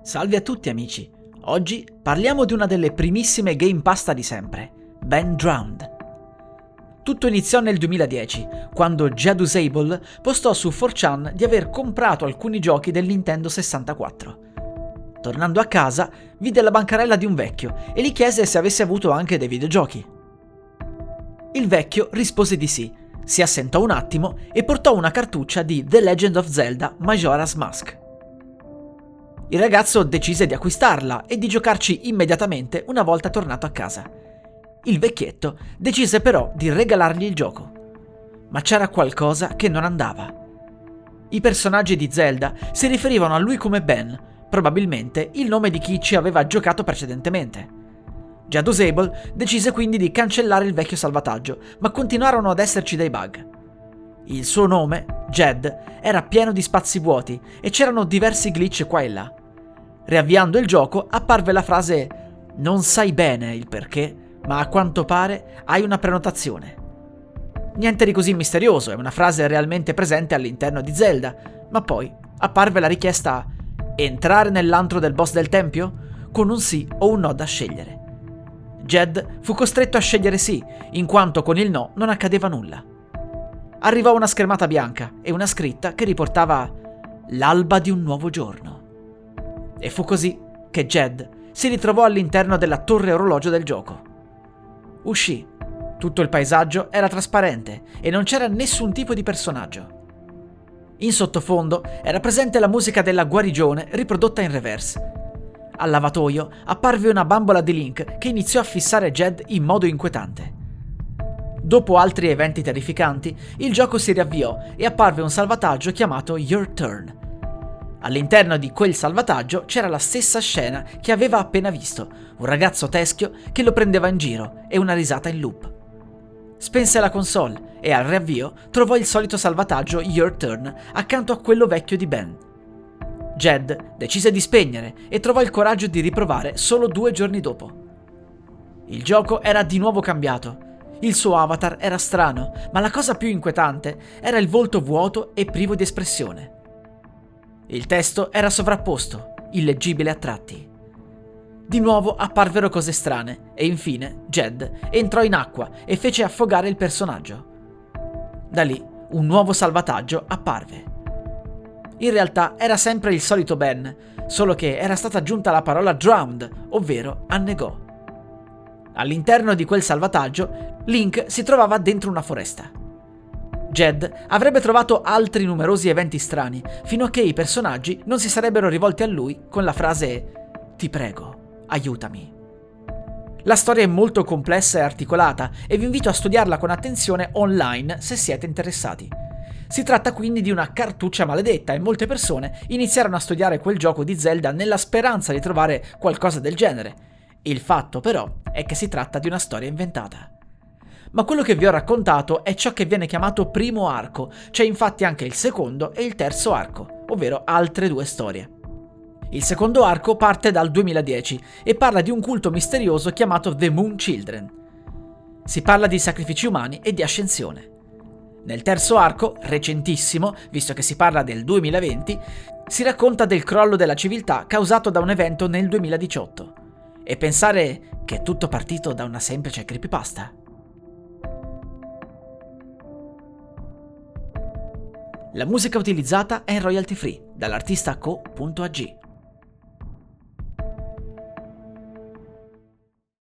Salve a tutti amici, oggi parliamo di una delle primissime game pasta di sempre, Ben Drowned. Tutto iniziò nel 2010, quando Jadusable postò su 4chan di aver comprato alcuni giochi del Nintendo 64. Tornando a casa, vide la bancarella di un vecchio e gli chiese se avesse avuto anche dei videogiochi. Il vecchio rispose di sì, si assentò un attimo e portò una cartuccia di The Legend of Zelda Majora's Mask. Il ragazzo decise di acquistarla e di giocarci immediatamente una volta tornato a casa. Il vecchietto decise però di regalargli il gioco. Ma c'era qualcosa che non andava. I personaggi di Zelda si riferivano a lui come Ben, probabilmente il nome di chi ci aveva giocato precedentemente. Jadusable decise quindi di cancellare il vecchio salvataggio, ma continuarono ad esserci dei bug. Il suo nome, Jed, era pieno di spazi vuoti e c'erano diversi glitch qua e là. Riavviando il gioco apparve la frase «Non sai bene il perché, ma a quanto pare hai una prenotazione». Niente di così misterioso, è una frase realmente presente all'interno di Zelda, ma poi apparve la richiesta «Entrare nell'antro del boss del tempio?» con un sì o un no da scegliere. Jed fu costretto a scegliere sì, in quanto con il no non accadeva nulla. Arrivò una schermata bianca e una scritta che riportava «L'alba di un nuovo giorno». E fu così che Jed si ritrovò all'interno della torre orologio del gioco. Uscì. Tutto il paesaggio era trasparente e non c'era nessun tipo di personaggio. In sottofondo era presente la musica della guarigione riprodotta in reverse. Al lavatoio apparve una bambola di Link che iniziò a fissare Jed in modo inquietante. Dopo altri eventi terrificanti, il gioco si riavviò e apparve un salvataggio chiamato Your Turn. All'interno di quel salvataggio c'era la stessa scena che aveva appena visto, un ragazzo teschio che lo prendeva in giro e una risata in loop. Spense la console e al riavvio trovò il solito salvataggio Your Turn accanto a quello vecchio di Ben. Jed decise di spegnere e trovò il coraggio di riprovare solo 2 giorni dopo. Il gioco era di nuovo cambiato. Il suo avatar era strano, ma la cosa più inquietante era il volto vuoto e privo di espressione. Il testo era sovrapposto, illeggibile a tratti. Di nuovo apparvero cose strane e infine Jed entrò in acqua e fece affogare il personaggio. Da lì un nuovo salvataggio apparve. In realtà era sempre il solito Ben, solo che era stata aggiunta la parola drowned, ovvero annegò. All'interno di quel salvataggio, Link si trovava dentro una foresta. Jed avrebbe trovato altri numerosi eventi strani, fino a che i personaggi non si sarebbero rivolti a lui con la frase «Ti prego, aiutami». La storia è molto complessa e articolata e vi invito a studiarla con attenzione online se siete interessati. Si tratta quindi di una cartuccia maledetta e molte persone iniziarono a studiare quel gioco di Zelda nella speranza di trovare qualcosa del genere. Il fatto però è che si tratta di una storia inventata. Ma quello che vi ho raccontato è ciò che viene chiamato primo arco, c'è infatti anche il secondo e il terzo arco, ovvero altre 2 storie. Il secondo arco parte dal 2010 e parla di un culto misterioso chiamato The Moon Children. Si parla di sacrifici umani e di ascensione. Nel terzo arco, recentissimo, visto che si parla del 2020, si racconta del crollo della civiltà causato da un evento nel 2018. E pensare che è tutto partito da una semplice creepypasta. La musica utilizzata è in royalty free dall'artista co.ag.